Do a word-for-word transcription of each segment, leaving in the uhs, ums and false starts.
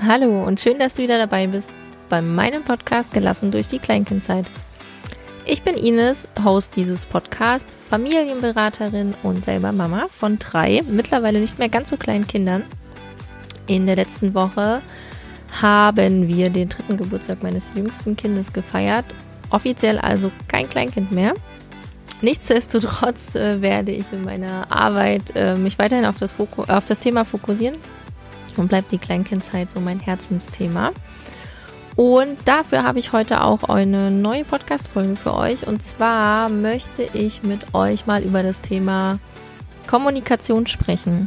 Hallo und schön, dass du wieder dabei bist bei meinem Podcast Gelassen durch die Kleinkindzeit. Ich bin Ines, Host dieses Podcasts, Familienberaterin und selber Mama von drei, mittlerweile nicht mehr ganz so kleinen Kindern. In der letzten Woche haben wir den dritten Geburtstag meines jüngsten Kindes gefeiert, offiziell also kein Kleinkind mehr. Nichtsdestotrotz äh, werde ich in meiner Arbeit äh, mich weiterhin auf das, Foku- auf das Thema fokussieren und bleibt die Kleinkindzeit so mein Herzensthema. Und dafür habe ich heute auch eine neue Podcast-Folge für euch. Und zwar möchte ich mit euch mal über das Thema Kommunikation sprechen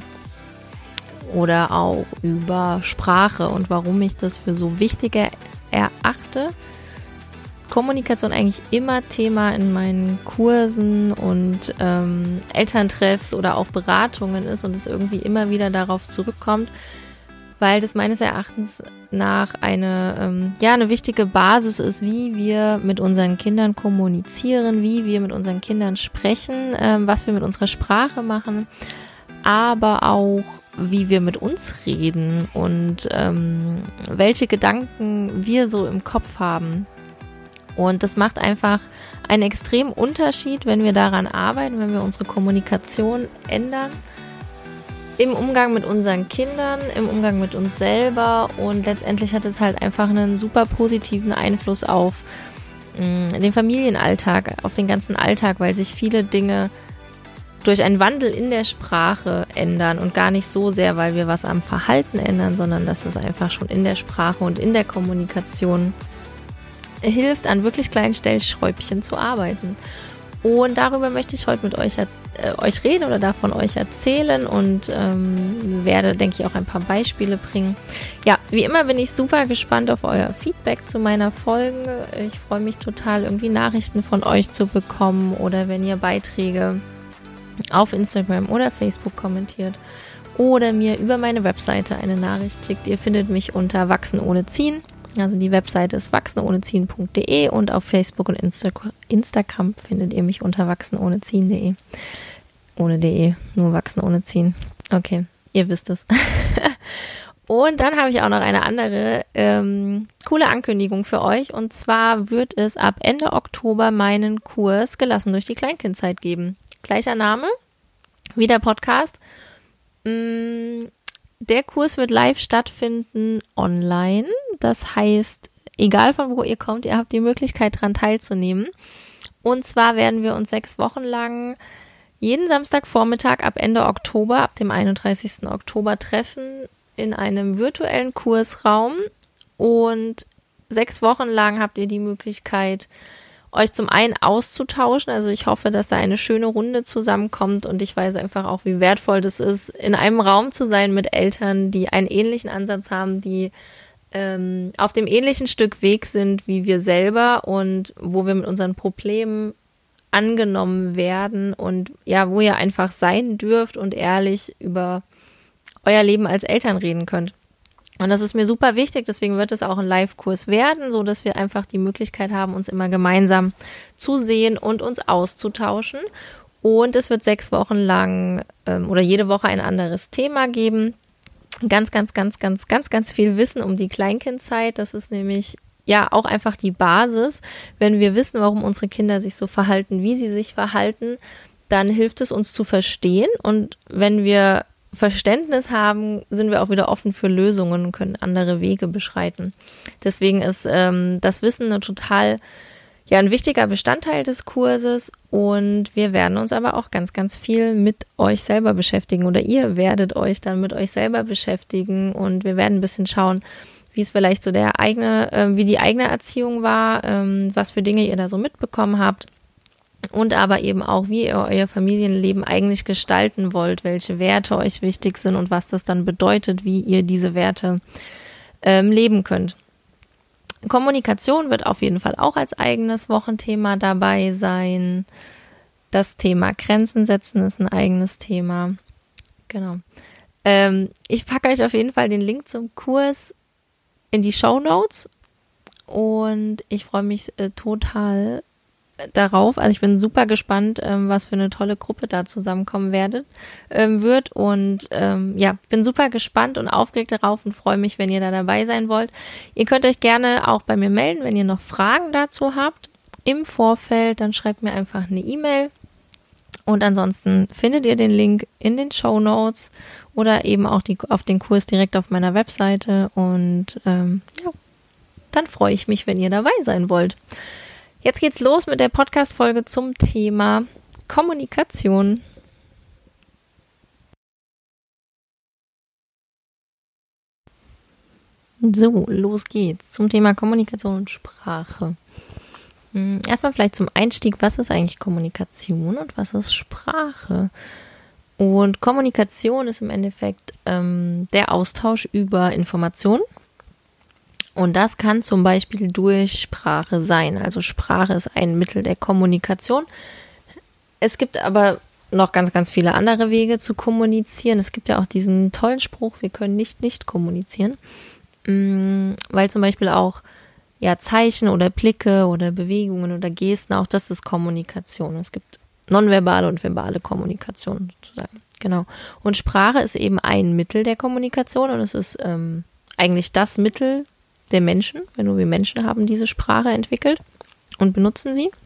oder auch über Sprache und warum ich das für so wichtig erachte. Kommunikation eigentlich immer Thema in meinen Kursen und ähm, Elterntreffs oder auch Beratungen ist und es irgendwie immer wieder darauf zurückkommt, weil das meines Erachtens nach eine, ähm, ja, eine wichtige Basis ist, wie wir mit unseren Kindern kommunizieren, wie wir mit unseren Kindern sprechen, ähm, was wir mit unserer Sprache machen, aber auch wie wir mit uns reden und ähm, welche Gedanken wir so im Kopf haben. Und das macht einfach einen extremen Unterschied, wenn wir daran arbeiten, wenn wir unsere Kommunikation ändern. Im Umgang mit unseren Kindern, im Umgang mit uns selber und letztendlich hat es halt einfach einen super positiven Einfluss auf mh, den Familienalltag, auf den ganzen Alltag, weil sich viele Dinge durch einen Wandel in der Sprache ändern und gar nicht so sehr, weil wir was am Verhalten ändern, sondern dass es einfach schon in der Sprache und in der Kommunikation hilft, an wirklich kleinen Stellschräubchen zu arbeiten. Und darüber möchte ich heute mit euch, äh, euch reden oder davon euch erzählen und ähm, werde, denke ich, auch ein paar Beispiele bringen. Ja, wie immer bin ich super gespannt auf euer Feedback zu meiner Folge. Ich freue mich total, irgendwie Nachrichten von euch zu bekommen oder wenn ihr Beiträge auf Instagram oder Facebook kommentiert oder mir über meine Webseite eine Nachricht schickt. Ihr findet mich unter Wachsen ohne Ziehen. Also die Webseite ist wachsen ohne ziehen punkt de und auf Facebook und Insta- Instagram findet ihr mich unter wachsen ohne ziehen punkt de. Ohne de, nur wachsen ohne ziehen. Okay, ihr wisst es. Und dann habe ich auch noch eine andere ähm, coole Ankündigung für euch. Und zwar wird es ab Ende Oktober meinen Kurs Gelassen durch die Kleinkindzeit geben. Gleicher Name wie der Podcast. Mm, Der Kurs wird live stattfinden online. Das heißt, egal von wo ihr kommt, ihr habt die Möglichkeit, daran teilzunehmen. Und zwar werden wir uns sechs Wochen lang jeden Samstagvormittag ab Ende Oktober, ab dem einunddreißigsten Oktober treffen in einem virtuellen Kursraum. Und sechs Wochen lang habt ihr die Möglichkeit, euch zum einen auszutauschen. Also ich hoffe, dass da eine schöne Runde zusammenkommt und ich weiß einfach auch, wie wertvoll das ist, in einem Raum zu sein mit Eltern, die einen ähnlichen Ansatz haben, die ähm, auf dem ähnlichen Stück Weg sind wie wir selber und wo wir mit unseren Problemen angenommen werden und ja, wo ihr einfach sein dürft und ehrlich über euer Leben als Eltern reden könnt. Und das ist mir super wichtig, deswegen wird es auch ein Live-Kurs werden, so dass wir einfach die Möglichkeit haben, uns immer gemeinsam zu sehen und uns auszutauschen. Und es wird sechs Wochen lang ähm, oder jede Woche ein anderes Thema geben. Ganz, ganz, ganz, ganz, ganz, ganz viel Wissen um die Kleinkindzeit. Das ist nämlich ja auch einfach die Basis. Wenn wir wissen, warum unsere Kinder sich so verhalten, wie sie sich verhalten, dann hilft es uns zu verstehen. Und wenn wir Verständnis haben, sind wir auch wieder offen für Lösungen und können andere Wege beschreiten. Deswegen ist ähm, das Wissen eine total, ja, ein wichtiger Bestandteil des Kurses und wir werden uns aber auch ganz, ganz viel mit euch selber beschäftigen oder ihr werdet euch dann mit euch selber beschäftigen und wir werden ein bisschen schauen, wie es vielleicht so der eigene, äh, wie die eigene Erziehung war, ähm, was für Dinge ihr da so mitbekommen habt. Und aber eben auch, wie ihr euer Familienleben eigentlich gestalten wollt, welche Werte euch wichtig sind und was das dann bedeutet, wie ihr diese Werte ähm, leben könnt. Kommunikation wird auf jeden Fall auch als eigenes Wochenthema dabei sein. Das Thema Grenzen setzen ist ein eigenes Thema. Genau. Ähm, ich packe euch auf jeden Fall den Link zum Kurs in die Shownotes und ich freue mich äh, total, darauf. Also ich bin super gespannt, ähm, was für eine tolle Gruppe da zusammenkommen werdet, ähm, wird. Und ähm, ja, bin super gespannt und aufgeregt darauf und freue mich, wenn ihr da dabei sein wollt. Ihr könnt euch gerne auch bei mir melden, wenn ihr noch Fragen dazu habt im Vorfeld. Dann schreibt mir einfach eine E-Mail. Und ansonsten findet ihr den Link in den Shownotes oder eben auch die, auf den Kurs direkt auf meiner Webseite. Und ähm, ja, dann freue ich mich, wenn ihr dabei sein wollt. Jetzt geht's los mit der Podcast-Folge zum Thema Kommunikation. So, los geht's zum Thema Kommunikation und Sprache. Erstmal vielleicht zum Einstieg, was ist eigentlich Kommunikation und was ist Sprache? Und Kommunikation ist im Endeffekt ähm, der Austausch über Informationen. Und das kann zum Beispiel durch Sprache sein. Also Sprache ist ein Mittel der Kommunikation. Es gibt aber noch ganz, ganz viele andere Wege zu kommunizieren. Es gibt ja auch diesen tollen Spruch, wir können nicht nicht kommunizieren. Weil zum Beispiel auch ja, Zeichen oder Blicke oder Bewegungen oder Gesten, auch das ist Kommunikation. Es gibt nonverbale und verbale Kommunikation sozusagen. Genau. Und Sprache ist eben ein Mittel der Kommunikation und es ist ähm, eigentlich das Mittel der Menschen, wenn nur wir Menschen haben diese Sprache entwickelt und benutzen sie.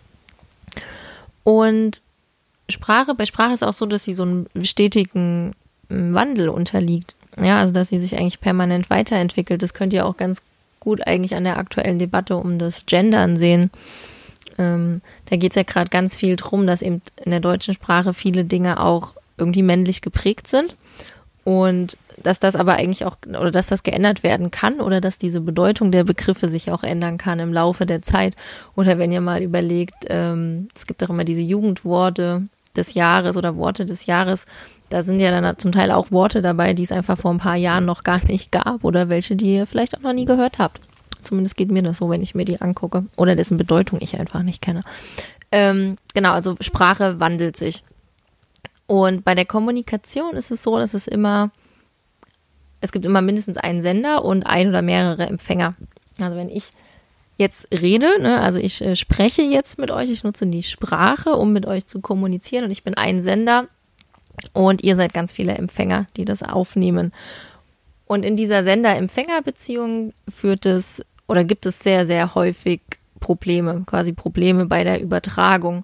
Und Sprache, bei Sprache ist auch so, dass sie so einem stetigen Wandel unterliegt. Ja, also dass sie sich eigentlich permanent weiterentwickelt. Das könnt ihr auch ganz gut eigentlich an der aktuellen Debatte um das Gendern sehen. Ähm, da geht es ja gerade ganz viel drum, dass eben in der deutschen Sprache viele Dinge auch irgendwie männlich geprägt sind. Und dass das aber eigentlich auch, oder dass das geändert werden kann oder dass diese Bedeutung der Begriffe sich auch ändern kann im Laufe der Zeit. Oder wenn ihr mal überlegt, ähm, es gibt auch immer diese Jugendworte des Jahres oder Worte des Jahres, da sind ja dann zum Teil auch Worte dabei, die es einfach vor ein paar Jahren noch gar nicht gab oder welche, die ihr vielleicht auch noch nie gehört habt. Zumindest geht mir das so, wenn ich mir die angucke oder dessen Bedeutung ich einfach nicht kenne. Ähm, genau, also Sprache wandelt sich. Und bei der Kommunikation ist es so, dass es immer, es gibt immer mindestens einen Sender und ein oder mehrere Empfänger. Also wenn ich jetzt rede, ne, also ich äh, spreche jetzt mit euch, ich nutze die Sprache, um mit euch zu kommunizieren und ich bin ein Sender und ihr seid ganz viele Empfänger, die das aufnehmen. Und in dieser Sender-Empfänger-Beziehung führt es oder gibt es sehr, sehr häufig Probleme, quasi Probleme bei der Übertragung.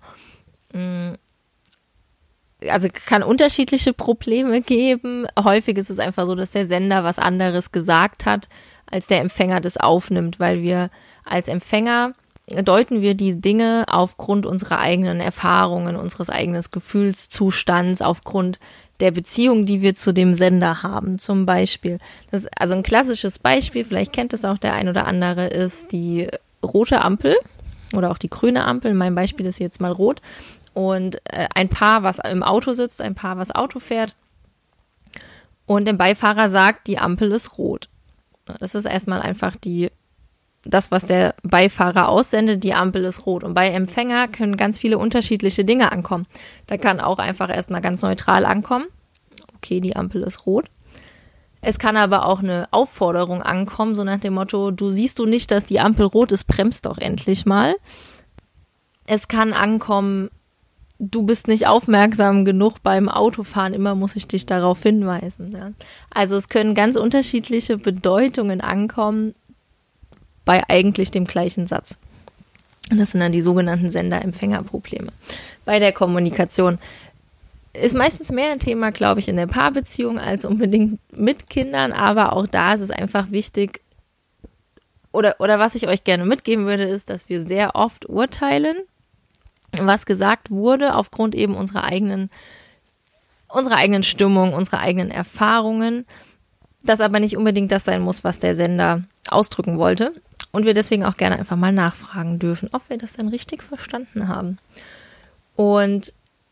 Also kann unterschiedliche Probleme geben. Häufig ist es einfach so, dass der Sender was anderes gesagt hat, als der Empfänger das aufnimmt, weil wir als Empfänger deuten wir die Dinge aufgrund unserer eigenen Erfahrungen, unseres eigenen Gefühlszustands, aufgrund der Beziehung, die wir zu dem Sender haben. Zum Beispiel, das, also ein klassisches Beispiel, vielleicht kennt es auch der ein oder andere, ist die rote Ampel oder auch die grüne Ampel. Mein Beispiel ist jetzt mal rot. Und äh, ein Paar, was im Auto sitzt, ein Paar, was Auto fährt. Und der Beifahrer sagt, die Ampel ist rot. Das ist erstmal einfach die, das, was der Beifahrer aussendet, die Ampel ist rot. Und bei Empfänger können ganz viele unterschiedliche Dinge ankommen. Da kann auch einfach erstmal ganz neutral ankommen. Okay, die Ampel ist rot. Es kann aber auch eine Aufforderung ankommen, so nach dem Motto, du siehst du nicht, dass die Ampel rot ist, bremst doch endlich mal. Es kann ankommen, du bist nicht aufmerksam genug beim Autofahren, immer muss ich dich darauf hinweisen. Ja. Also es können ganz unterschiedliche Bedeutungen ankommen bei eigentlich dem gleichen Satz. Und das sind dann die sogenannten Sender-Empfänger-Probleme. Bei der Kommunikation ist meistens mehr ein Thema, glaube ich, in der Paarbeziehung als unbedingt mit Kindern, aber auch da ist es einfach wichtig, oder, oder was ich euch gerne mitgeben würde, ist, dass wir sehr oft urteilen, was gesagt wurde, aufgrund eben unserer eigenen, unserer eigenen Stimmung, unserer eigenen Erfahrungen, das aber nicht unbedingt das sein muss, was der Sender ausdrücken wollte und wir deswegen auch gerne einfach mal nachfragen dürfen, ob wir das dann richtig verstanden haben. Und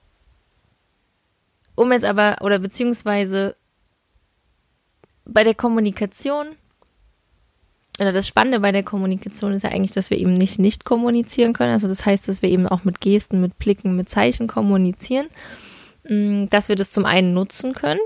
um jetzt aber, oder beziehungsweise bei der Kommunikation, oder das Spannende bei der Kommunikation ist ja eigentlich, dass wir eben nicht nicht kommunizieren können. Also das heißt, dass wir eben auch mit Gesten, mit Blicken, mit Zeichen kommunizieren. Dass wir das zum einen nutzen können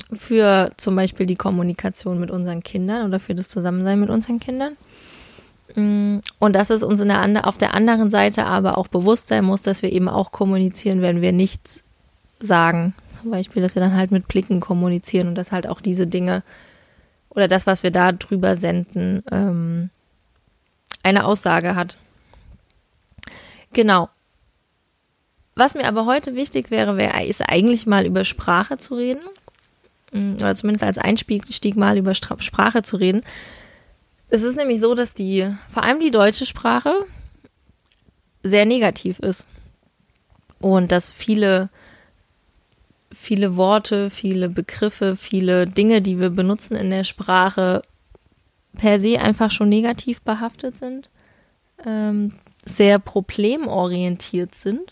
für zum Beispiel die Kommunikation mit unseren Kindern oder für das Zusammensein mit unseren Kindern. Und dass es uns in der, auf der anderen Seite aber auch bewusst sein muss, dass wir eben auch kommunizieren, wenn wir nichts sagen. Zum Beispiel, dass wir dann halt mit Blicken kommunizieren und dass halt auch diese Dinge oder das, was wir da drüber senden, ähm, eine Aussage hat. Genau. Was mir aber heute wichtig wäre, wäre, ist eigentlich mal über Sprache zu reden. Oder zumindest als Einstieg mal über Sprache zu reden. Es ist nämlich so, dass die, vor allem die deutsche Sprache, sehr negativ ist. Und dass viele, viele Worte, viele Begriffe, viele Dinge, die wir benutzen in der Sprache, per se einfach schon negativ behaftet sind, ähm, sehr problemorientiert sind.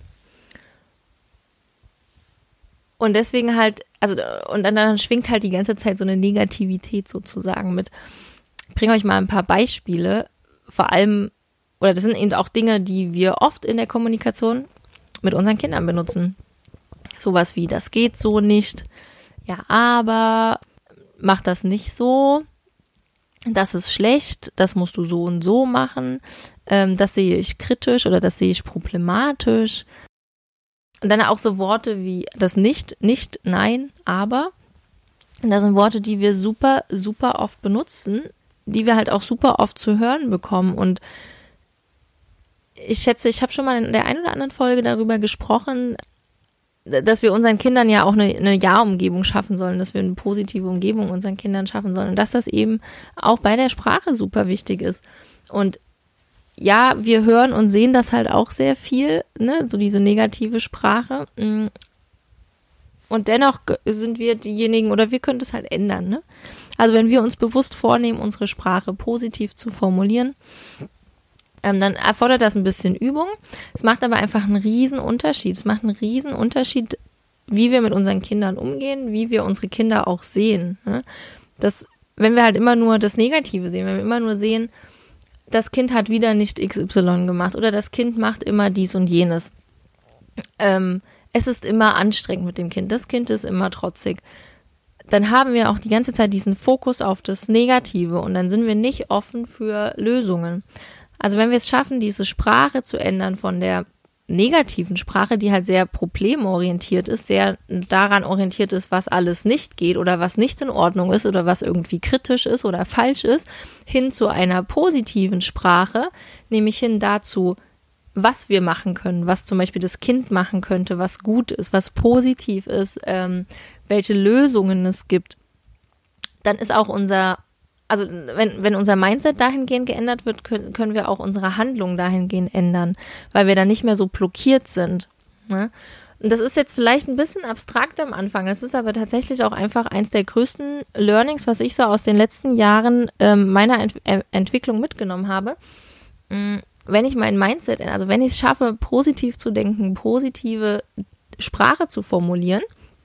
Und deswegen halt, also, und dann, dann schwingt halt die ganze Zeit so eine Negativität sozusagen mit. Ich bringe euch mal ein paar Beispiele, vor allem, oder das sind eben auch Dinge, die wir oft in der Kommunikation mit unseren Kindern benutzen. Sowas wie, das geht so nicht, ja, aber mach das nicht so, das ist schlecht, das musst du so und so machen, ähm, das sehe ich kritisch oder das sehe ich problematisch. Und dann auch so Worte wie das nicht, nicht, nein, aber. Und das sind Worte, die wir super, super oft benutzen, die wir halt auch super oft zu hören bekommen. Und ich schätze, ich habe schon mal in der einen oder anderen Folge darüber gesprochen, dass wir unseren Kindern ja auch eine, eine Ja-Umgebung schaffen sollen, dass wir eine positive Umgebung unseren Kindern schaffen sollen und dass das eben auch bei der Sprache super wichtig ist. Und ja, wir hören und sehen das halt auch sehr viel, ne, so diese negative Sprache. Und dennoch sind wir diejenigen, oder wir können das halt ändern, ne? Also wenn wir uns bewusst vornehmen, unsere Sprache positiv zu formulieren, ähm, dann erfordert das ein bisschen Übung. Es macht aber einfach einen riesen Unterschied. Es macht einen riesen Unterschied, wie wir mit unseren Kindern umgehen, wie wir unsere Kinder auch sehen, ne? Das, wenn wir halt immer nur das Negative sehen, wenn wir immer nur sehen, das Kind hat wieder nicht X Y gemacht oder das Kind macht immer dies und jenes. Ähm, es ist immer anstrengend mit dem Kind, das Kind ist immer trotzig. Dann haben wir auch die ganze Zeit diesen Fokus auf das Negative und dann sind wir nicht offen für Lösungen. Also wenn wir es schaffen, diese Sprache zu ändern von der negativen Sprache, die halt sehr problemorientiert ist, sehr daran orientiert ist, was alles nicht geht oder was nicht in Ordnung ist oder was irgendwie kritisch ist oder falsch ist, hin zu einer positiven Sprache, nämlich hin dazu, was wir machen können, was zum Beispiel das Kind machen könnte, was gut ist, was positiv ist, ähm, welche Lösungen es gibt, dann ist auch unser, also wenn, wenn unser Mindset dahingehend geändert wird, können, können wir auch unsere Handlung dahingehend ändern, weil wir dann nicht mehr so blockiert sind, ne? Und das ist jetzt vielleicht ein bisschen abstrakt am Anfang, das ist aber tatsächlich auch einfach eins der größten Learnings, was ich so aus den letzten Jahren ähm, meiner Ent- äh, Entwicklung mitgenommen habe. Mhm. Wenn ich mein Mindset, also wenn ich es schaffe, positiv zu denken, positive Sprache zu formulieren,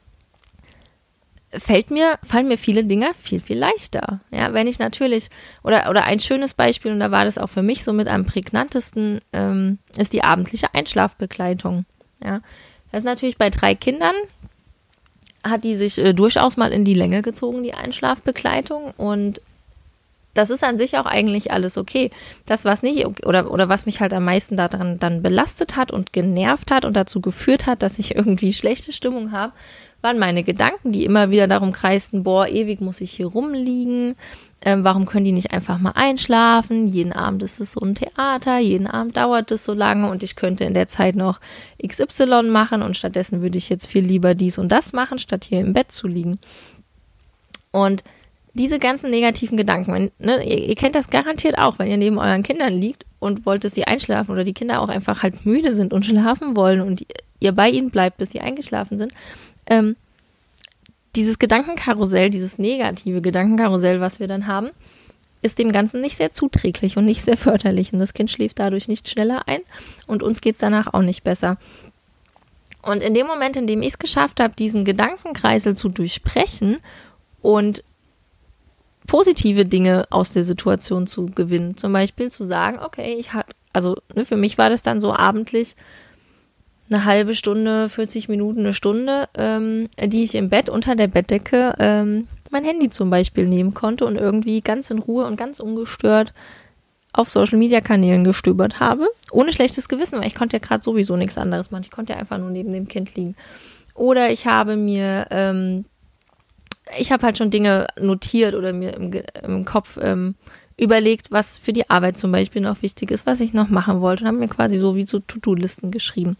fällt mir, fallen mir viele Dinge viel, viel leichter. Ja, wenn ich natürlich, oder, oder ein schönes Beispiel, und da war das auch für mich so mit am prägnantesten, ähm, ist die abendliche Einschlafbegleitung. Ja, das ist natürlich bei drei Kindern, hat die sich äh, durchaus mal in die Länge gezogen, die Einschlafbegleitung, und das ist an sich auch eigentlich alles okay. Das, was nicht, oder, oder was mich halt am meisten daran dann belastet hat und genervt hat und dazu geführt hat, dass ich irgendwie schlechte Stimmung habe, waren meine Gedanken, die immer wieder darum kreisten, boah, ewig muss ich hier rumliegen, ähm, warum können die nicht einfach mal einschlafen, jeden Abend ist es so ein Theater, jeden Abend dauert es so lange und ich könnte in der Zeit noch X Y machen und stattdessen würde ich jetzt viel lieber dies und das machen, statt hier im Bett zu liegen. Und diese ganzen negativen Gedanken, wenn, ne, ihr, ihr kennt das garantiert auch, wenn ihr neben euren Kindern liegt und wollt, dass sie einschlafen oder die Kinder auch einfach halt müde sind und schlafen wollen und ihr bei ihnen bleibt, bis sie eingeschlafen sind. Ähm, dieses Gedankenkarussell, dieses negative Gedankenkarussell, was wir dann haben, ist dem Ganzen nicht sehr zuträglich und nicht sehr förderlich und das Kind schläft dadurch nicht schneller ein und uns geht's danach auch nicht besser. Und in dem Moment, in dem ich es geschafft habe, diesen Gedankenkreisel zu durchbrechen und positive Dinge aus der Situation zu gewinnen. Zum Beispiel zu sagen, okay, ich hatte, also ne, für mich war das dann so abendlich eine halbe Stunde, vierzig Minuten, eine Stunde, ähm, die ich im Bett unter der Bettdecke ähm, mein Handy zum Beispiel nehmen konnte und irgendwie ganz in Ruhe und ganz ungestört auf Social-Media-Kanälen gestöbert habe, ohne schlechtes Gewissen, weil ich konnte ja gerade sowieso nichts anderes machen. Ich konnte ja einfach nur neben dem Kind liegen. Oder ich habe mir, ähm, ich habe halt schon Dinge notiert oder mir im, im Kopf ähm, überlegt, was für die Arbeit zum Beispiel noch wichtig ist, was ich noch machen wollte und habe mir quasi so wie so To-Do-Listen geschrieben.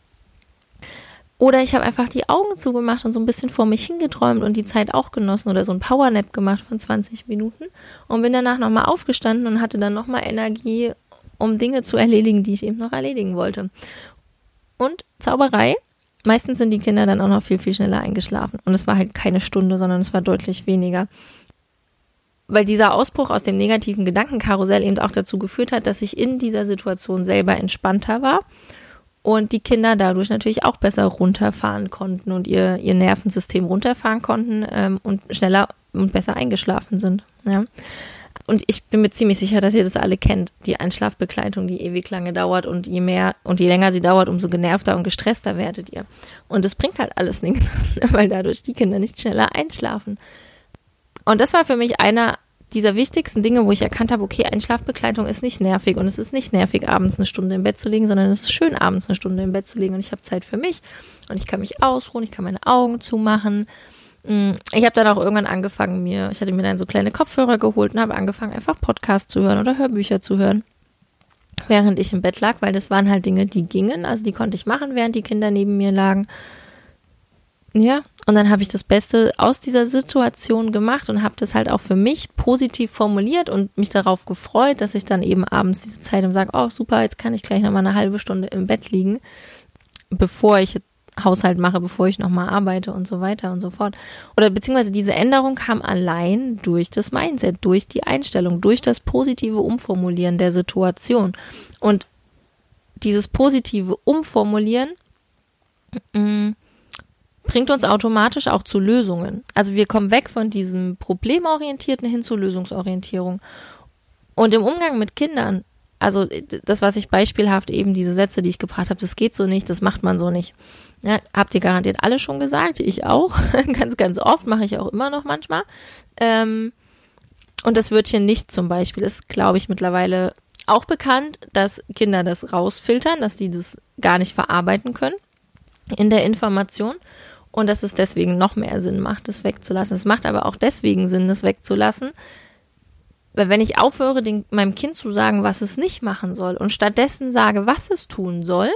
Oder ich habe einfach die Augen zugemacht und so ein bisschen vor mich hingeträumt und die Zeit auch genossen oder so ein Powernap gemacht von zwanzig Minuten und bin danach nochmal aufgestanden und hatte dann nochmal Energie, um Dinge zu erledigen, die ich eben noch erledigen wollte. Und Zauberei, meistens sind die Kinder dann auch noch viel, viel schneller eingeschlafen. Und es war halt keine Stunde, sondern es war deutlich weniger. Weil dieser Ausbruch aus dem negativen Gedankenkarussell eben auch dazu geführt hat, dass ich in dieser Situation selber entspannter war. Und die Kinder dadurch natürlich auch besser runterfahren konnten und ihr, ihr Nervensystem runterfahren konnten ähm, und schneller und besser eingeschlafen sind. Ja. Und ich bin mir ziemlich sicher, dass ihr das alle kennt, die Einschlafbegleitung, die ewig lange dauert und je mehr und je länger sie dauert, umso genervter und gestresster werdet ihr. Und das bringt halt alles nichts, weil dadurch die Kinder nicht schneller einschlafen. Und das war für mich einer dieser wichtigsten Dinge, wo ich erkannt habe, okay, Einschlafbegleitung ist nicht nervig und es ist nicht nervig, abends eine Stunde im Bett zu liegen, sondern es ist schön, abends eine Stunde im Bett zu liegen und ich habe Zeit für mich und ich kann mich ausruhen, ich kann meine Augen zumachen. Ich habe dann auch irgendwann angefangen, mir, ich hatte mir dann so kleine Kopfhörer geholt und habe angefangen, einfach Podcasts zu hören oder Hörbücher zu hören, während ich im Bett lag, weil das waren halt Dinge, die gingen, also die konnte ich machen, während die Kinder neben mir lagen. Ja, und dann habe ich das Beste aus dieser Situation gemacht und habe das halt auch für mich positiv formuliert und mich darauf gefreut, dass ich dann eben abends diese Zeit und sage, oh super, jetzt kann ich gleich nochmal eine halbe Stunde im Bett liegen, bevor ich Haushalt mache, bevor ich nochmal arbeite und so weiter und so fort. Oder beziehungsweise diese Änderung kam allein durch das Mindset, durch die Einstellung, durch das positive Umformulieren der Situation. Und dieses positive Umformulieren mh, bringt uns automatisch auch zu Lösungen. Also wir kommen weg von diesem Problemorientierten hin zur Lösungsorientierung. Und im Umgang mit Kindern, also das, was ich beispielhaft eben, diese Sätze, die ich gebracht habe, das geht so nicht, das macht man so nicht. Ja, habt ihr garantiert alle schon gesagt, ich auch. ganz, ganz oft, mache ich auch immer noch manchmal. Ähm, und das Wörtchen nicht zum Beispiel ist, glaube ich, mittlerweile auch bekannt, dass Kinder das rausfiltern, dass die das gar nicht verarbeiten können in der Information. Und dass es deswegen noch mehr Sinn macht, das wegzulassen. Es macht aber auch deswegen Sinn, das wegzulassen, weil wenn ich aufhöre, den, meinem Kind zu sagen, was es nicht machen soll und stattdessen sage, was es tun soll,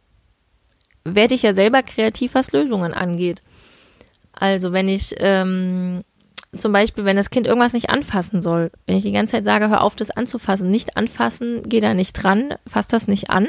werde ich ja selber kreativ, was Lösungen angeht. Also wenn ich ähm, zum Beispiel, wenn das Kind irgendwas nicht anfassen soll, wenn ich die ganze Zeit sage, hör auf, das anzufassen, nicht anfassen, geh da nicht dran, fass das nicht an,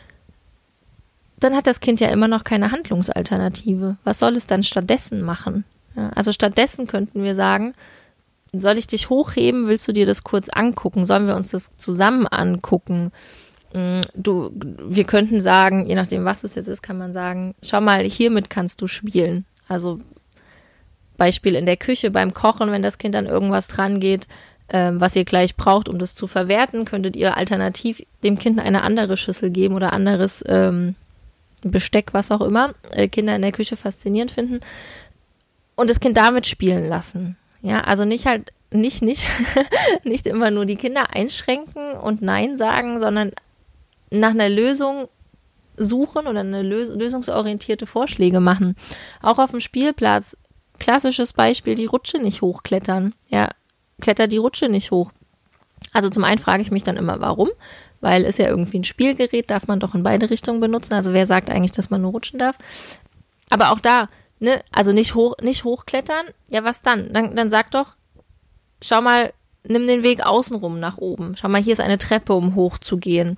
dann hat das Kind ja immer noch keine Handlungsalternative. Was soll es dann stattdessen machen? Ja, also stattdessen könnten wir sagen, soll ich dich hochheben, willst du dir das kurz angucken? Sollen wir uns das zusammen angucken? Du, wir könnten sagen, je nachdem, was es jetzt ist, kann man sagen, schau mal, hiermit kannst du spielen. Also Beispiel in der Küche beim Kochen, wenn das Kind an irgendwas dran geht, ähm, was ihr gleich braucht, um das zu verwerten, könntet ihr alternativ dem Kind eine andere Schüssel geben oder anderes ähm, Besteck, was auch immer, äh, Kinder in der Küche faszinierend finden und das Kind damit spielen lassen. Ja, also nicht halt, nicht, nicht, nicht immer nur die Kinder einschränken und Nein sagen, sondern nach einer Lösung suchen oder eine lös- lösungsorientierte Vorschläge machen. Auch auf dem Spielplatz, klassisches Beispiel, die Rutsche nicht hochklettern. Ja, kletter die Rutsche nicht hoch. Also zum einen frage ich mich dann immer, warum? Weil es ja irgendwie ein Spielgerät, darf man doch in beide Richtungen benutzen. Also wer sagt eigentlich, dass man nur rutschen darf? Aber auch da, ne, also nicht hoch, nicht hochklettern. Ja, was dann? Dann, dann sag doch, schau mal, nimm den Weg außenrum nach oben. Schau mal, hier ist eine Treppe, um hochzugehen.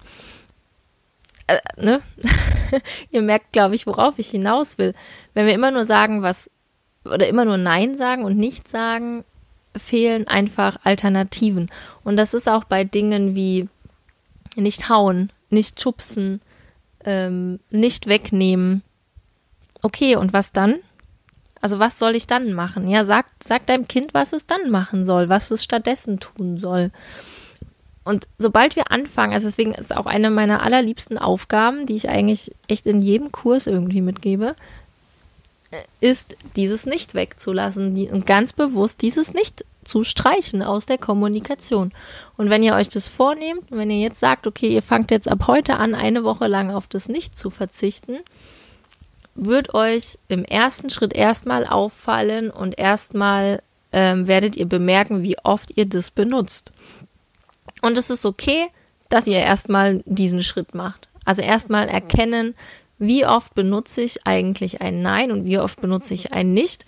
Äh, ne? Ihr merkt, glaube ich, worauf ich hinaus will. Wenn wir immer nur sagen, was, oder immer nur Nein sagen und nicht sagen, fehlen einfach Alternativen. Und das ist auch bei Dingen wie nicht hauen, nicht schubsen, ähm, nicht wegnehmen. Okay, und was dann? Also was soll ich dann machen? Ja, sag, sag deinem Kind, was es dann machen soll, was es stattdessen tun soll. Und sobald wir anfangen, also deswegen ist auch eine meiner allerliebsten Aufgaben, die ich eigentlich echt in jedem Kurs irgendwie mitgebe, ist, dieses nicht wegzulassen die, und ganz bewusst dieses nicht zu streichen aus der Kommunikation. Und wenn ihr euch das vornehmt, wenn ihr jetzt sagt, okay, ihr fangt jetzt ab heute an, eine Woche lang auf das Nicht zu verzichten, wird euch im ersten Schritt erstmal auffallen und erstmal ähm, werdet ihr bemerken, wie oft ihr das benutzt. Und es ist okay, dass ihr erstmal diesen Schritt macht. Also erstmal erkennen, wie oft benutze ich eigentlich ein Nein und wie oft benutze ich ein Nicht.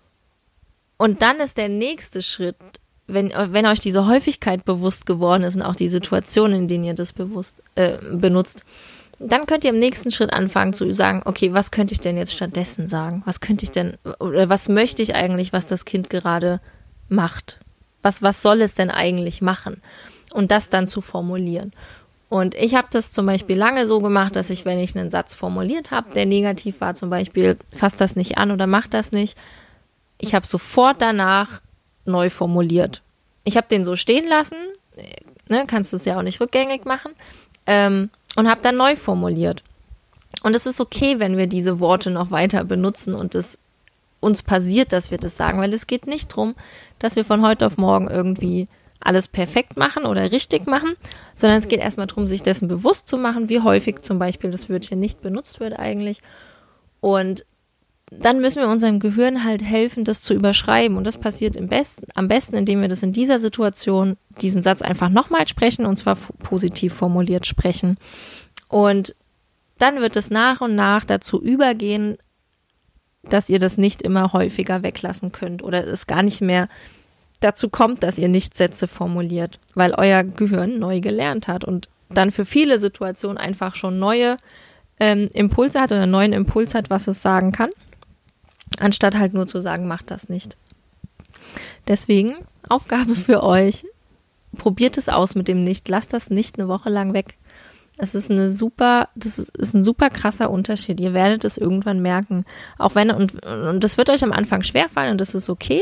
Und dann ist der nächste Schritt, wenn, wenn euch diese Häufigkeit bewusst geworden ist und auch die Situationen, in denen ihr das bewusst äh, benutzt, dann könnt ihr im nächsten Schritt anfangen zu sagen, okay, was könnte ich denn jetzt stattdessen sagen? Was könnte ich denn, oder was möchte ich eigentlich, was das Kind gerade macht? Was, was soll es denn eigentlich machen? Und das dann zu formulieren. Und ich habe das zum Beispiel lange so gemacht, dass ich, wenn ich einen Satz formuliert habe, der negativ war, zum Beispiel, fass das nicht an oder mach das nicht, ich habe sofort danach neu formuliert. Ich habe den so stehen lassen, ne, kannst du es ja auch nicht rückgängig machen, ähm, und habe dann neu formuliert. Und es ist okay, wenn wir diese Worte noch weiter benutzen und es uns passiert, dass wir das sagen, weil es geht nicht darum, dass wir von heute auf morgen irgendwie alles perfekt machen oder richtig machen, sondern es geht erstmal darum, sich dessen bewusst zu machen, wie häufig zum Beispiel das Wörtchen nicht benutzt wird eigentlich. Und dann müssen wir unserem Gehirn halt helfen, das zu überschreiben. Und das passiert im besten, am besten, indem wir das in dieser Situation, diesen Satz einfach nochmal sprechen und zwar f- positiv formuliert sprechen. Und dann wird es nach und nach dazu übergehen, dass ihr das nicht immer häufiger weglassen könnt oder es gar nicht mehr dazu kommt, dass ihr nicht Sätze formuliert, weil euer Gehirn neu gelernt hat und dann für viele Situationen einfach schon neue ähm, Impulse hat oder einen neuen Impuls hat, was es sagen kann, anstatt halt nur zu sagen, macht das nicht. Deswegen, Aufgabe für euch, probiert es aus mit dem Nicht, lasst das nicht eine Woche lang weg. Es ist eine super, das ist, ist ein super krasser Unterschied. Ihr werdet es irgendwann merken, auch wenn, und, und das wird euch am Anfang schwerfallen und das ist okay.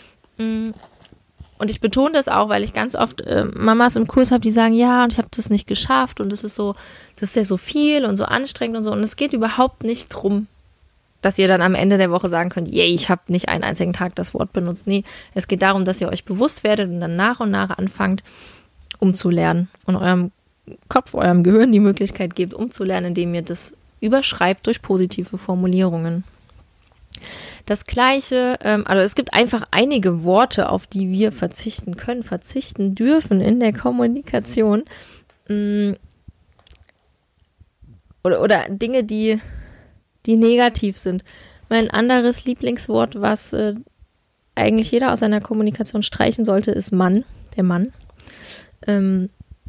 Und ich betone das auch, weil ich ganz oft äh, Mamas im Kurs habe, die sagen, ja, und ich habe das nicht geschafft und das ist so, das ist ja so viel und so anstrengend und so. Und es geht überhaupt nicht drum, dass ihr dann am Ende der Woche sagen könnt, yay, ich habe nicht einen einzigen Tag das Wort benutzt. Nee, es geht darum, dass ihr euch bewusst werdet und dann nach und nach anfangt, umzulernen und eurem Kopf, eurem Gehirn die Möglichkeit gebt, umzulernen, indem ihr das überschreibt durch positive Formulierungen. Das Gleiche, ähm, also es gibt einfach einige Worte, auf die wir verzichten können, verzichten dürfen in der Kommunikation. Ähm, oder, oder Dinge, die, die negativ sind. Mein anderes Lieblingswort, was äh, eigentlich jeder aus seiner Kommunikation streichen sollte, ist Mann, der Mann. Ähm,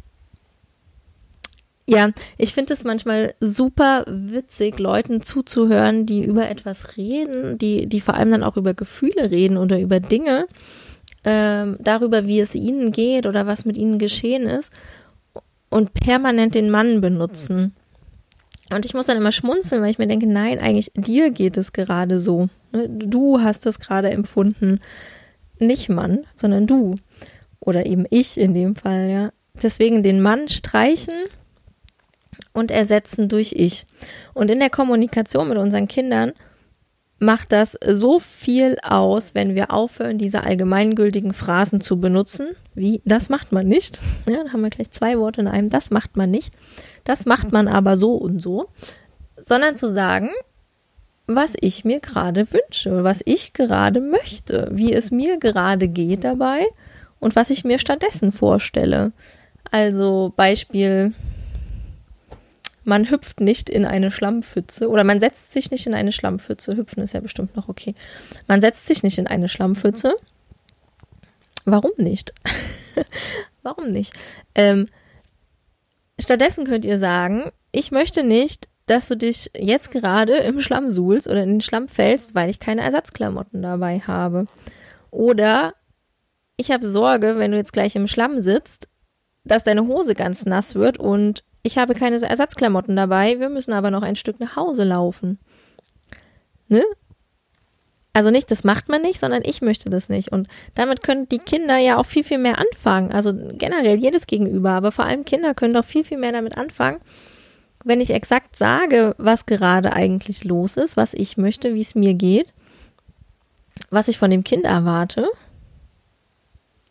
Ja, ich finde es manchmal super witzig, Leuten zuzuhören, die über etwas reden, die, die vor allem dann auch über Gefühle reden oder über Dinge, ähm, darüber, wie es ihnen geht oder was mit ihnen geschehen ist und permanent den Mann benutzen. Und ich muss dann immer schmunzeln, weil ich mir denke, nein, eigentlich dir geht es gerade so. Ne? Du hast es gerade empfunden, nicht Mann, sondern du. Oder eben ich in dem Fall, ja. Deswegen den Mann streichen und ersetzen durch ich. Und in der Kommunikation mit unseren Kindern macht das so viel aus, wenn wir aufhören, diese allgemeingültigen Phrasen zu benutzen, wie, das macht man nicht. Ja, da haben wir gleich zwei Worte in einem, das macht man nicht. Das macht man aber so und so. Sondern zu sagen, was ich mir gerade wünsche, was ich gerade möchte, wie es mir gerade geht dabei und was ich mir stattdessen vorstelle. Also Beispiel, man hüpft nicht in eine Schlammpfütze oder man setzt sich nicht in eine Schlammpfütze. Hüpfen ist ja bestimmt noch okay. Man setzt sich nicht in eine Schlammpfütze. Warum nicht? Warum nicht? Ähm, stattdessen könnt ihr sagen, ich möchte nicht, dass du dich jetzt gerade im Schlamm suhlst oder in den Schlamm fällst, weil ich keine Ersatzklamotten dabei habe. Oder ich habe Sorge, wenn du jetzt gleich im Schlamm sitzt, dass deine Hose ganz nass wird und ich habe keine Ersatzklamotten dabei, wir müssen aber noch ein Stück nach Hause laufen. Ne? Also nicht, das macht man nicht, sondern ich möchte das nicht. Und damit können die Kinder ja auch viel, viel mehr anfangen. Also generell jedes Gegenüber, aber vor allem Kinder können doch viel, viel mehr damit anfangen, wenn ich exakt sage, was gerade eigentlich los ist, was ich möchte, wie es mir geht, was ich von dem Kind erwarte.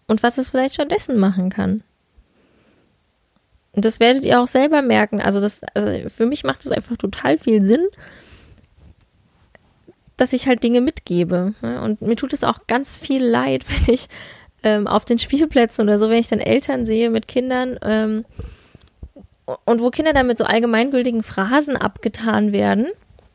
und was es vielleicht stattdessen machen kann. Und das werdet ihr auch selber merken. Also, das, also für mich macht es einfach total viel Sinn, dass ich halt Dinge mitgebe. Und mir tut es auch ganz viel leid, wenn ich ähm, auf den Spielplätzen oder so, wenn ich dann Eltern sehe mit Kindern ähm, und wo Kinder dann mit so allgemeingültigen Phrasen abgetan werden.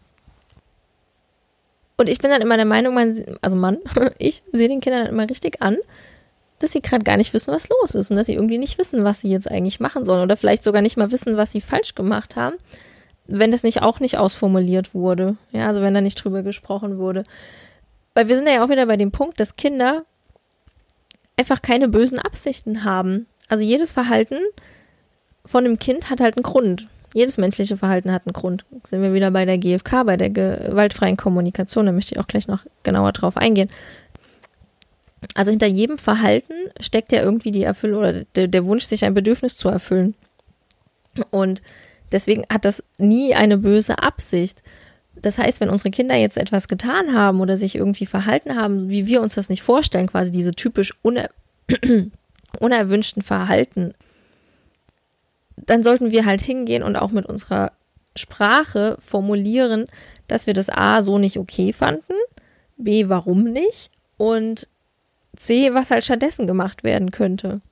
Und ich bin dann immer der Meinung, man, also Mann, ich sehe den Kindern dann immer richtig an, dass sie gerade gar nicht wissen, was los ist und dass sie irgendwie nicht wissen, was sie jetzt eigentlich machen sollen oder vielleicht sogar nicht mal wissen, was sie falsch gemacht haben, wenn das nicht auch nicht ausformuliert wurde. Ja, also wenn da nicht drüber gesprochen wurde. Weil wir sind ja auch wieder bei dem Punkt, dass Kinder einfach keine bösen Absichten haben. Also jedes Verhalten von einem Kind hat halt einen Grund. Jedes menschliche Verhalten hat einen Grund. Sind wir wieder bei der G F K, bei der gewaltfreien Kommunikation, da möchte ich auch gleich noch genauer drauf eingehen. Also hinter jedem Verhalten steckt ja irgendwie die Erfüllung oder der, der Wunsch, sich ein Bedürfnis zu erfüllen. Und deswegen hat das nie eine böse Absicht. Das heißt, wenn unsere Kinder jetzt etwas getan haben oder sich irgendwie verhalten haben, wie wir uns das nicht vorstellen, quasi diese typisch uner- unerwünschten Verhalten, dann sollten wir halt hingehen und auch mit unserer Sprache formulieren, dass wir das A so nicht okay fanden, B warum nicht und C, was halt stattdessen gemacht werden könnte.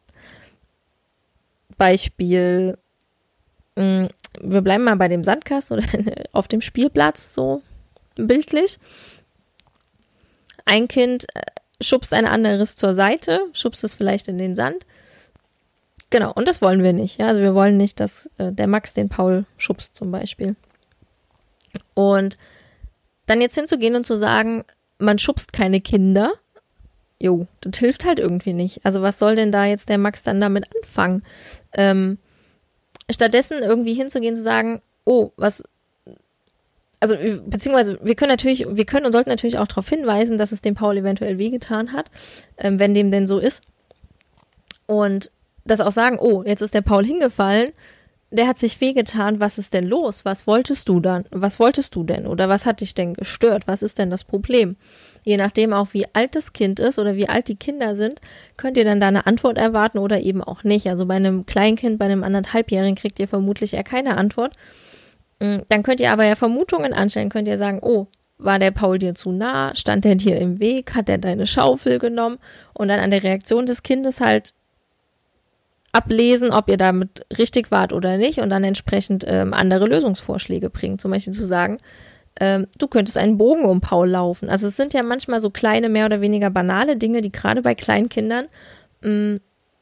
Beispiel, mh, wir bleiben mal bei dem Sandkasten oder auf dem Spielplatz, so bildlich. Ein Kind schubst ein anderes zur Seite, schubst es vielleicht in den Sand. Genau, und das wollen wir nicht. Ja? Also wir wollen nicht, dass äh, der Max den Paul schubst zum Beispiel. Und dann jetzt hinzugehen und zu sagen, man schubst keine Kinder, jo, das hilft halt irgendwie nicht. Also was soll denn da jetzt der Max dann damit anfangen? Ähm, stattdessen irgendwie hinzugehen zu sagen, oh, was, also beziehungsweise wir können natürlich, wir können und sollten natürlich auch darauf hinweisen, dass es dem Paul eventuell wehgetan hat, ähm, wenn dem denn so ist. Und das auch sagen, oh, jetzt ist der Paul hingefallen, der hat sich wehgetan, was ist denn los? Was wolltest du dann? Was wolltest du denn? Oder was hat dich denn gestört? Was ist denn das Problem? Je nachdem auch, wie alt das Kind ist oder wie alt die Kinder sind, könnt ihr dann da eine Antwort erwarten oder eben auch nicht. Also bei einem Kleinkind, bei einem anderthalbjährigen kriegt ihr vermutlich eher keine Antwort. Dann könnt ihr aber ja Vermutungen anstellen, könnt ihr sagen, oh, war der Paul dir zu nah? Stand der dir im Weg? Hat der deine Schaufel genommen? Und dann an der Reaktion des Kindes halt ablesen, ob ihr damit richtig wart oder nicht und dann entsprechend ähm, andere Lösungsvorschläge bringen. Zum Beispiel zu sagen, ähm, du könntest einen Bogen um Paul laufen. Also es sind ja manchmal so kleine, mehr oder weniger banale Dinge, die gerade bei Kleinkindern mh,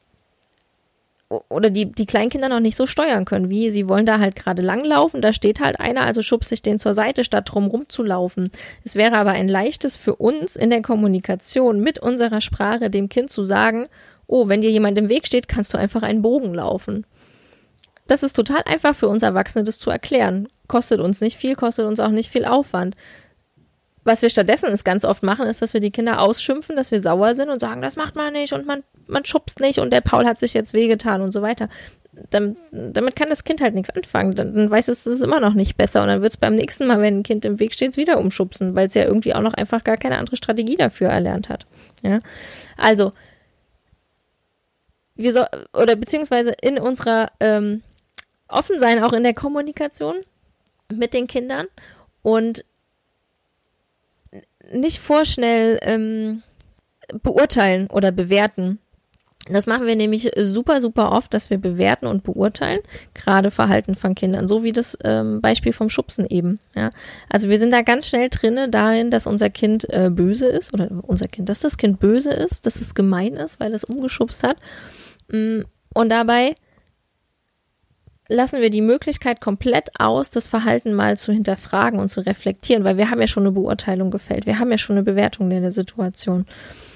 oder die, die Kleinkinder noch nicht so steuern können, wie sie wollen da halt gerade langlaufen, da steht halt einer, also schubst sich den zur Seite, statt drum rumzulaufen. Es wäre aber ein leichtes für uns in der Kommunikation mit unserer Sprache dem Kind zu sagen, oh, wenn dir jemand im Weg steht, kannst du einfach einen Bogen laufen. Das ist total einfach für uns Erwachsene, das zu erklären. Kostet uns nicht viel, kostet uns auch nicht viel Aufwand. Was wir stattdessen ist ganz oft machen, ist, dass wir die Kinder ausschimpfen, dass wir sauer sind und sagen, das macht man nicht und man, man schubst nicht und der Paul hat sich jetzt wehgetan und so weiter. Damit, damit kann das Kind halt nichts anfangen. Dann, dann weiß es, es ist immer noch nicht besser und dann wird es beim nächsten Mal, wenn ein Kind im Weg steht, wieder umschubsen, weil es ja irgendwie auch noch einfach gar keine andere Strategie dafür erlernt hat. Ja, also wir so, oder beziehungsweise in unserer ähm, offen sein, auch in der Kommunikation mit den Kindern und nicht vorschnell ähm, beurteilen oder bewerten. Das machen wir nämlich super, super oft, dass wir bewerten und beurteilen, gerade Verhalten von Kindern, so wie das ähm, Beispiel vom Schubsen eben. Ja. Also wir sind da ganz schnell drinne darin, dass unser Kind äh, böse ist oder unser Kind, dass das Kind böse ist, dass es gemein ist, weil es umgeschubst hat. Und dabei lassen wir die Möglichkeit komplett aus, das Verhalten mal zu hinterfragen und zu reflektieren, weil wir haben ja schon eine Beurteilung gefällt, wir haben ja schon eine Bewertung in der Situation.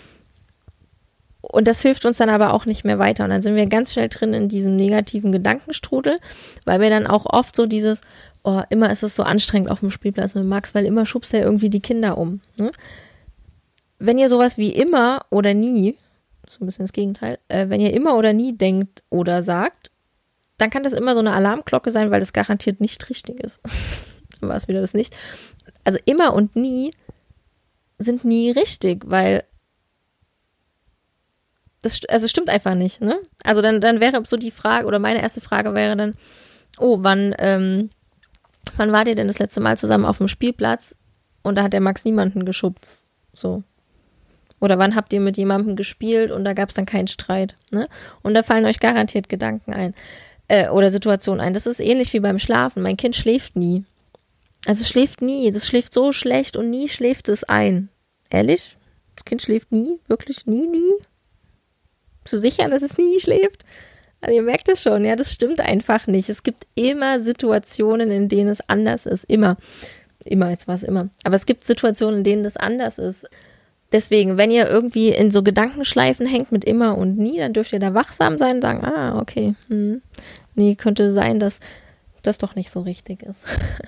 Und das hilft uns dann aber auch nicht mehr weiter. Und dann sind wir ganz schnell drin in diesem negativen Gedankenstrudel, weil wir dann auch oft so dieses, oh, immer ist es so anstrengend auf dem Spielplatz mit Max, weil immer schubst er irgendwie die Kinder um. Ne? Wenn ihr sowas wie immer oder nie, so ein bisschen das Gegenteil, äh, wenn ihr immer oder nie denkt oder sagt, dann kann das immer so eine Alarmglocke sein, weil das garantiert nicht richtig ist. War es wieder das nicht. Also immer und nie sind nie richtig, weil das also stimmt einfach nicht, ne? Also dann, dann wäre so die Frage, oder meine erste Frage wäre dann, oh, wann, ähm, wann wart ihr denn das letzte Mal zusammen auf dem Spielplatz und da hat der Max niemanden geschubst, so. Oder wann habt ihr mit jemandem gespielt und da gab es dann keinen Streit, ne? Und da fallen euch garantiert Gedanken ein, äh, oder Situationen ein. Das ist ähnlich wie beim Schlafen. Mein Kind schläft nie. Also es schläft nie, das schläft so schlecht und nie schläft es ein. Ehrlich? Das Kind schläft nie? Wirklich nie, nie? Bist du sicher, dass es nie schläft? Also ihr merkt es schon, ja, das stimmt einfach nicht. Es gibt immer Situationen, in denen es anders ist. Immer. Immer, jetzt war es immer. Aber es gibt Situationen, in denen das anders ist. Deswegen, wenn ihr irgendwie in so Gedankenschleifen hängt mit immer und nie, dann dürft ihr da wachsam sein und sagen, ah, okay, hm, nee, könnte sein, dass das doch nicht so richtig ist.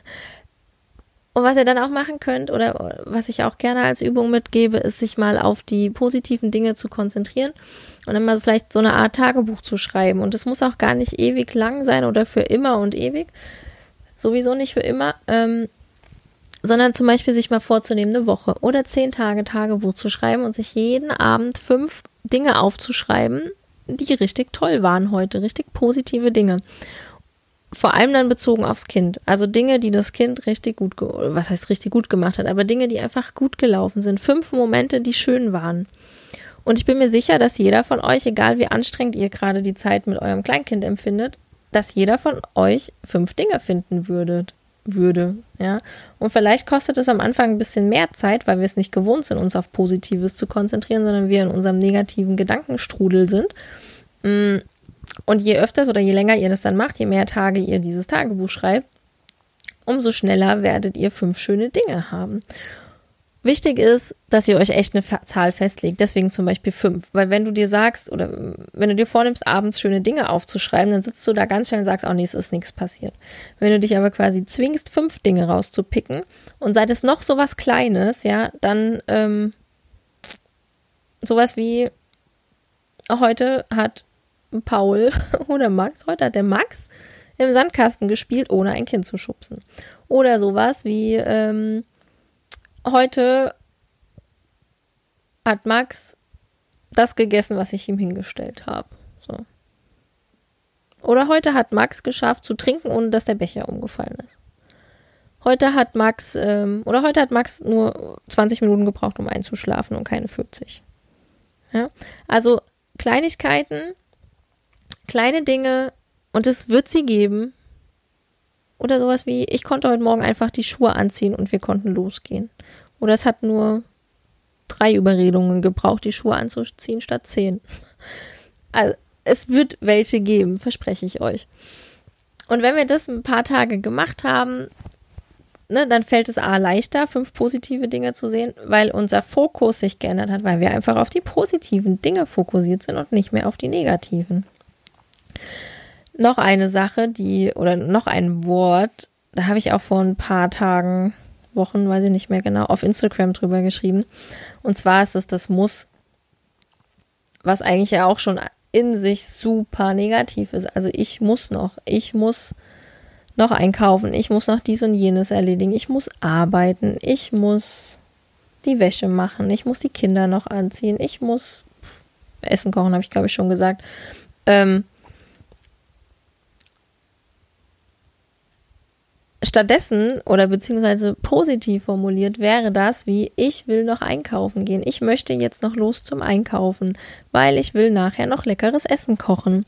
Und was ihr dann auch machen könnt, oder was ich auch gerne als Übung mitgebe, ist, sich mal auf die positiven Dinge zu konzentrieren und dann mal vielleicht so eine Art Tagebuch zu schreiben. Und es muss auch gar nicht ewig lang sein oder für immer und ewig, sowieso nicht für immer, ähm, sondern zum Beispiel sich mal vorzunehmen, eine Woche oder zehn Tage Tagebuch zu schreiben und sich jeden Abend fünf Dinge aufzuschreiben, die richtig toll waren heute, richtig positive Dinge. Vor allem dann bezogen aufs Kind. Also Dinge, die das Kind richtig gut, ge- was heißt richtig gut gemacht hat, aber Dinge, die einfach gut gelaufen sind. Fünf Momente, die schön waren. Und ich bin mir sicher, dass jeder von euch, egal wie anstrengend ihr gerade die Zeit mit eurem Kleinkind empfindet, dass jeder von euch fünf Dinge finden würdet, würde, ja. Und vielleicht kostet es am Anfang ein bisschen mehr Zeit, weil wir es nicht gewohnt sind, uns auf Positives zu konzentrieren, sondern wir in unserem negativen Gedankenstrudel sind. Und je öfters oder je länger ihr das dann macht, je mehr Tage ihr dieses Tagebuch schreibt, umso schneller werdet ihr fünf schöne Dinge haben. Wichtig ist, dass ihr euch echt eine Zahl festlegt, deswegen zum Beispiel fünf. Weil wenn du dir sagst, oder wenn du dir vornimmst, abends schöne Dinge aufzuschreiben, dann sitzt du da ganz schnell und sagst, oh nee, es ist nichts passiert. Wenn du dich aber quasi zwingst, fünf Dinge rauszupicken und sei es noch sowas Kleines, ja, dann ähm, sowas wie heute hat Paul oder Max, heute hat der Max im Sandkasten gespielt, ohne ein Kind zu schubsen. Oder sowas wie ähm, heute hat Max das gegessen, was ich ihm hingestellt habe. So. Oder heute hat Max geschafft zu trinken, ohne dass der Becher umgefallen ist. Heute hat Max, ähm, oder heute hat Max nur zwanzig Minuten gebraucht, um einzuschlafen und keine vierzig. Ja? Also Kleinigkeiten, kleine Dinge, und es wird sie geben. Oder sowas wie, ich konnte heute Morgen einfach die Schuhe anziehen und wir konnten losgehen. Oder es hat nur drei Überredungen gebraucht, die Schuhe anzuziehen statt zehn. Also es wird welche geben, verspreche ich euch. Und wenn wir das ein paar Tage gemacht haben, ne, dann fällt es A leichter, fünf positive Dinge zu sehen, weil unser Fokus sich geändert hat, weil wir einfach auf die positiven Dinge fokussiert sind und nicht mehr auf die negativen. Noch eine Sache, die, oder noch ein Wort, da habe ich auch vor ein paar Tagen, Wochen, weiß ich nicht mehr genau, auf Instagram drüber geschrieben. Und zwar ist es das Muss, was eigentlich ja auch schon in sich super negativ ist. Also ich muss noch, ich muss noch einkaufen, ich muss noch dies und jenes erledigen, ich muss arbeiten, ich muss die Wäsche machen, ich muss die Kinder noch anziehen, ich muss Essen kochen, habe ich glaube ich schon gesagt. Ähm, Stattdessen oder beziehungsweise positiv formuliert wäre das wie, ich will noch einkaufen gehen. Ich möchte jetzt noch los zum Einkaufen, weil ich will nachher noch leckeres Essen kochen.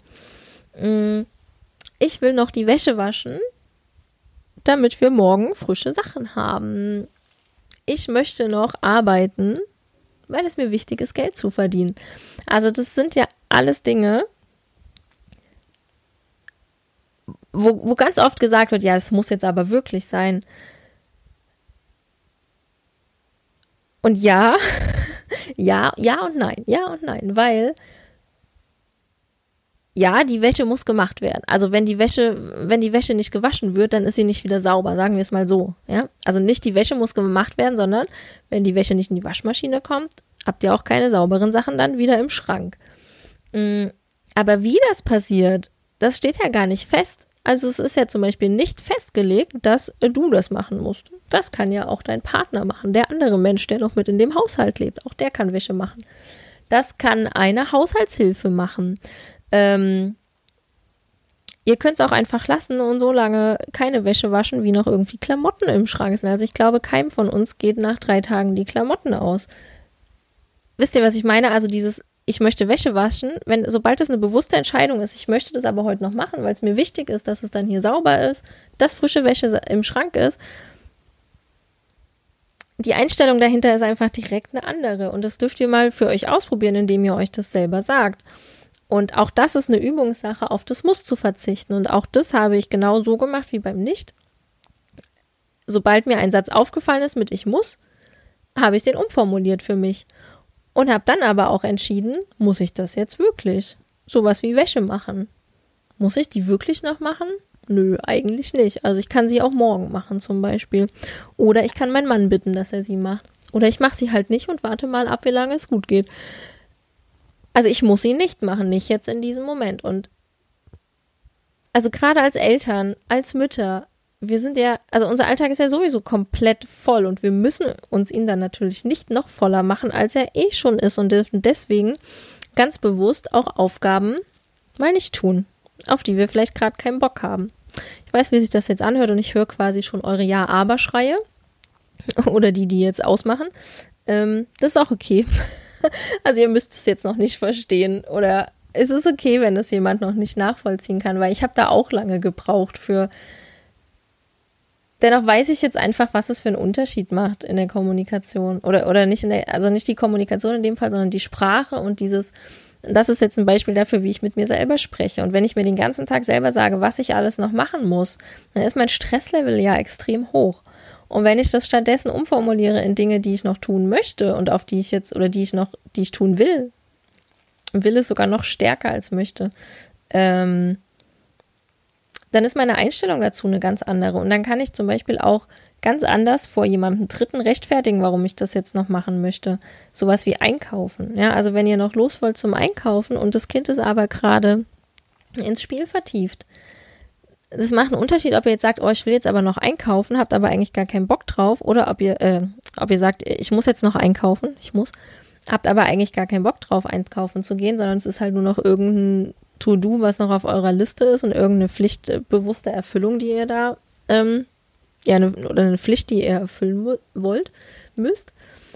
Ich will noch die Wäsche waschen, damit wir morgen frische Sachen haben. Ich möchte noch arbeiten, weil es mir wichtig ist, Geld zu verdienen. Also das sind ja alles Dinge, Wo, wo ganz oft gesagt wird, ja, es muss jetzt aber wirklich sein. Und ja, ja, ja und nein, ja und nein, weil ja, die Wäsche muss gemacht werden. Also wenn die Wäsche, wenn die Wäsche nicht gewaschen wird, dann ist sie nicht wieder sauber, sagen wir es mal so. Ja? Also nicht die Wäsche muss gemacht werden, sondern wenn die Wäsche nicht in die Waschmaschine kommt, habt ihr auch keine sauberen Sachen dann wieder im Schrank. Aber wie das passiert, das steht ja gar nicht fest. Also es ist ja zum Beispiel nicht festgelegt, dass du das machen musst. Das kann ja auch dein Partner machen, der andere Mensch, der noch mit in dem Haushalt lebt. Auch der kann Wäsche machen. Das kann eine Haushaltshilfe machen. Ähm, ihr könnt es auch einfach lassen und so lange keine Wäsche waschen, wie noch irgendwie Klamotten im Schrank sind. Also ich glaube, keinem von uns geht nach drei Tagen die Klamotten aus. Wisst ihr, was ich meine? Also dieses, ich möchte Wäsche waschen, wenn, sobald das eine bewusste Entscheidung ist, ich möchte das aber heute noch machen, weil es mir wichtig ist, dass es dann hier sauber ist, dass frische Wäsche im Schrank ist. Die Einstellung dahinter ist einfach direkt eine andere und das dürft ihr mal für euch ausprobieren, indem ihr euch das selber sagt. Und auch das ist eine Übungssache, auf das Muss zu verzichten und auch das habe ich genau so gemacht wie beim Nicht. Sobald mir ein Satz aufgefallen ist mit ich muss, habe ich den umformuliert für mich. Und habe dann aber auch entschieden, muss ich das jetzt wirklich? Sowas wie Wäsche machen. Muss ich die wirklich noch machen? Nö, eigentlich nicht. Also ich kann sie auch morgen machen zum Beispiel. Oder ich kann meinen Mann bitten, dass er sie macht. Oder ich mache sie halt nicht und warte mal ab, wie lange es gut geht. Also ich muss sie nicht machen, nicht jetzt in diesem Moment. Und also gerade als Eltern, als Mütter, wir sind ja, also unser Alltag ist ja sowieso komplett voll und wir müssen uns ihn dann natürlich nicht noch voller machen, als er eh schon ist und dürfen deswegen ganz bewusst auch Aufgaben mal nicht tun, auf die wir vielleicht gerade keinen Bock haben. Ich weiß, wie sich das jetzt anhört und ich höre quasi schon eure Ja-Aber-Schreie oder die, die jetzt ausmachen. Ähm, das ist auch okay. Also ihr müsst es jetzt noch nicht verstehen oder es ist okay, wenn es jemand noch nicht nachvollziehen kann, weil ich habe da auch lange gebraucht für. Dennoch weiß ich jetzt einfach, was es für einen Unterschied macht in der Kommunikation oder oder nicht in der, also nicht die Kommunikation in dem Fall, sondern die Sprache und dieses, das ist jetzt ein Beispiel dafür, wie ich mit mir selber spreche. Und wenn ich mir den ganzen Tag selber sage, was ich alles noch machen muss, dann ist mein Stresslevel ja extrem hoch. Und wenn ich das stattdessen umformuliere in Dinge, die ich noch tun möchte und auf die ich jetzt, oder die ich noch, die ich tun will, will es sogar noch stärker als möchte, ähm, dann ist meine Einstellung dazu eine ganz andere. Und dann kann ich zum Beispiel auch ganz anders vor jemandem Dritten rechtfertigen, warum ich das jetzt noch machen möchte. Sowas wie einkaufen. Ja, also wenn ihr noch los wollt zum Einkaufen und das Kind ist aber gerade ins Spiel vertieft. Das macht einen Unterschied, ob ihr jetzt sagt, oh, ich will jetzt aber noch einkaufen, habt aber eigentlich gar keinen Bock drauf, oder ob ihr, äh, ob ihr sagt, ich muss jetzt noch einkaufen, ich muss, habt aber eigentlich gar keinen Bock drauf, einkaufen zu gehen, sondern es ist halt nur noch irgendein To-Do, was noch auf eurer Liste ist und irgendeine pflichtbewusste Erfüllung, die ihr da, ähm, ja, eine, oder eine Pflicht, die ihr erfüllen mu- wollt, müsst.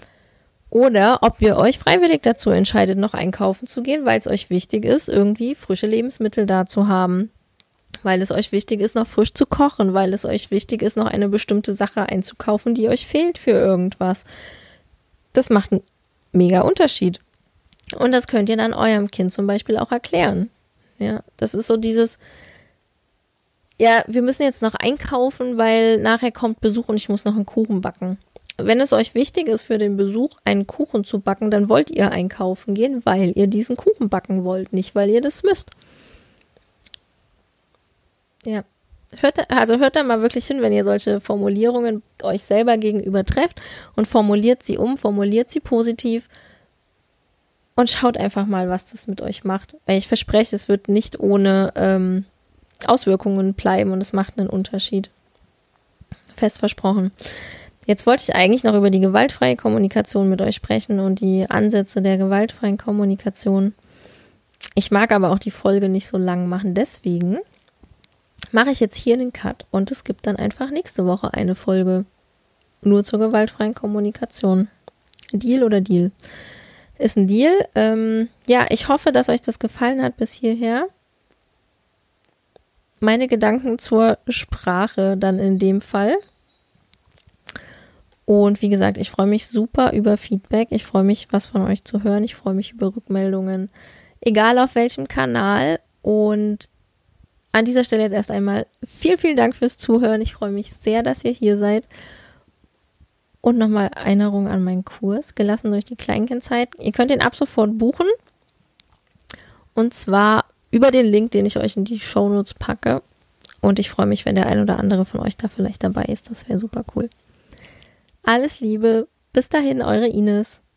Oder ob ihr euch freiwillig dazu entscheidet, noch einkaufen zu gehen, weil es euch wichtig ist, irgendwie frische Lebensmittel da zu haben. Weil es euch wichtig ist, noch frisch zu kochen, weil es euch wichtig ist, noch eine bestimmte Sache einzukaufen, die euch fehlt für irgendwas. Das macht einen mega Unterschied. Und das könnt ihr dann eurem Kind zum Beispiel auch erklären. Ja, das ist so dieses, ja, wir müssen jetzt noch einkaufen, weil nachher kommt Besuch und ich muss noch einen Kuchen backen. Wenn es euch wichtig ist, für den Besuch einen Kuchen zu backen, dann wollt ihr einkaufen gehen, weil ihr diesen Kuchen backen wollt, nicht weil ihr das müsst. Ja, hört, also hört da mal wirklich hin, wenn ihr solche Formulierungen euch selber gegenüber trefft und formuliert sie um, formuliert sie positiv und schaut einfach mal, was das mit euch macht. Weil ich verspreche, es wird nicht ohne ähm, Auswirkungen bleiben und es macht einen Unterschied. Fest versprochen. Jetzt wollte ich eigentlich noch über die gewaltfreie Kommunikation mit euch sprechen und die Ansätze der gewaltfreien Kommunikation. Ich mag aber auch die Folge nicht so lang machen, deswegen mache ich jetzt hier den Cut und es gibt dann einfach nächste Woche eine Folge nur zur gewaltfreien Kommunikation. Deal oder Deal? Ist ein Deal. Ähm, ja, ich hoffe, dass euch das gefallen hat bis hierher. Meine Gedanken zur Sprache dann in dem Fall. Und wie gesagt, ich freue mich super über Feedback. Ich freue mich, was von euch zu hören. Ich freue mich über Rückmeldungen, egal auf welchem Kanal. Und an dieser Stelle jetzt erst einmal vielen, vielen Dank fürs Zuhören. Ich freue mich sehr, dass ihr hier seid. Und nochmal Erinnerung an meinen Kurs, Gelassen durch die Kleinkindzeit. Ihr könnt den ab sofort buchen. Und zwar über den Link, den ich euch in die Shownotes packe. Und ich freue mich, wenn der ein oder andere von euch da vielleicht dabei ist. Das wäre super cool. Alles Liebe. Bis dahin, eure Ines.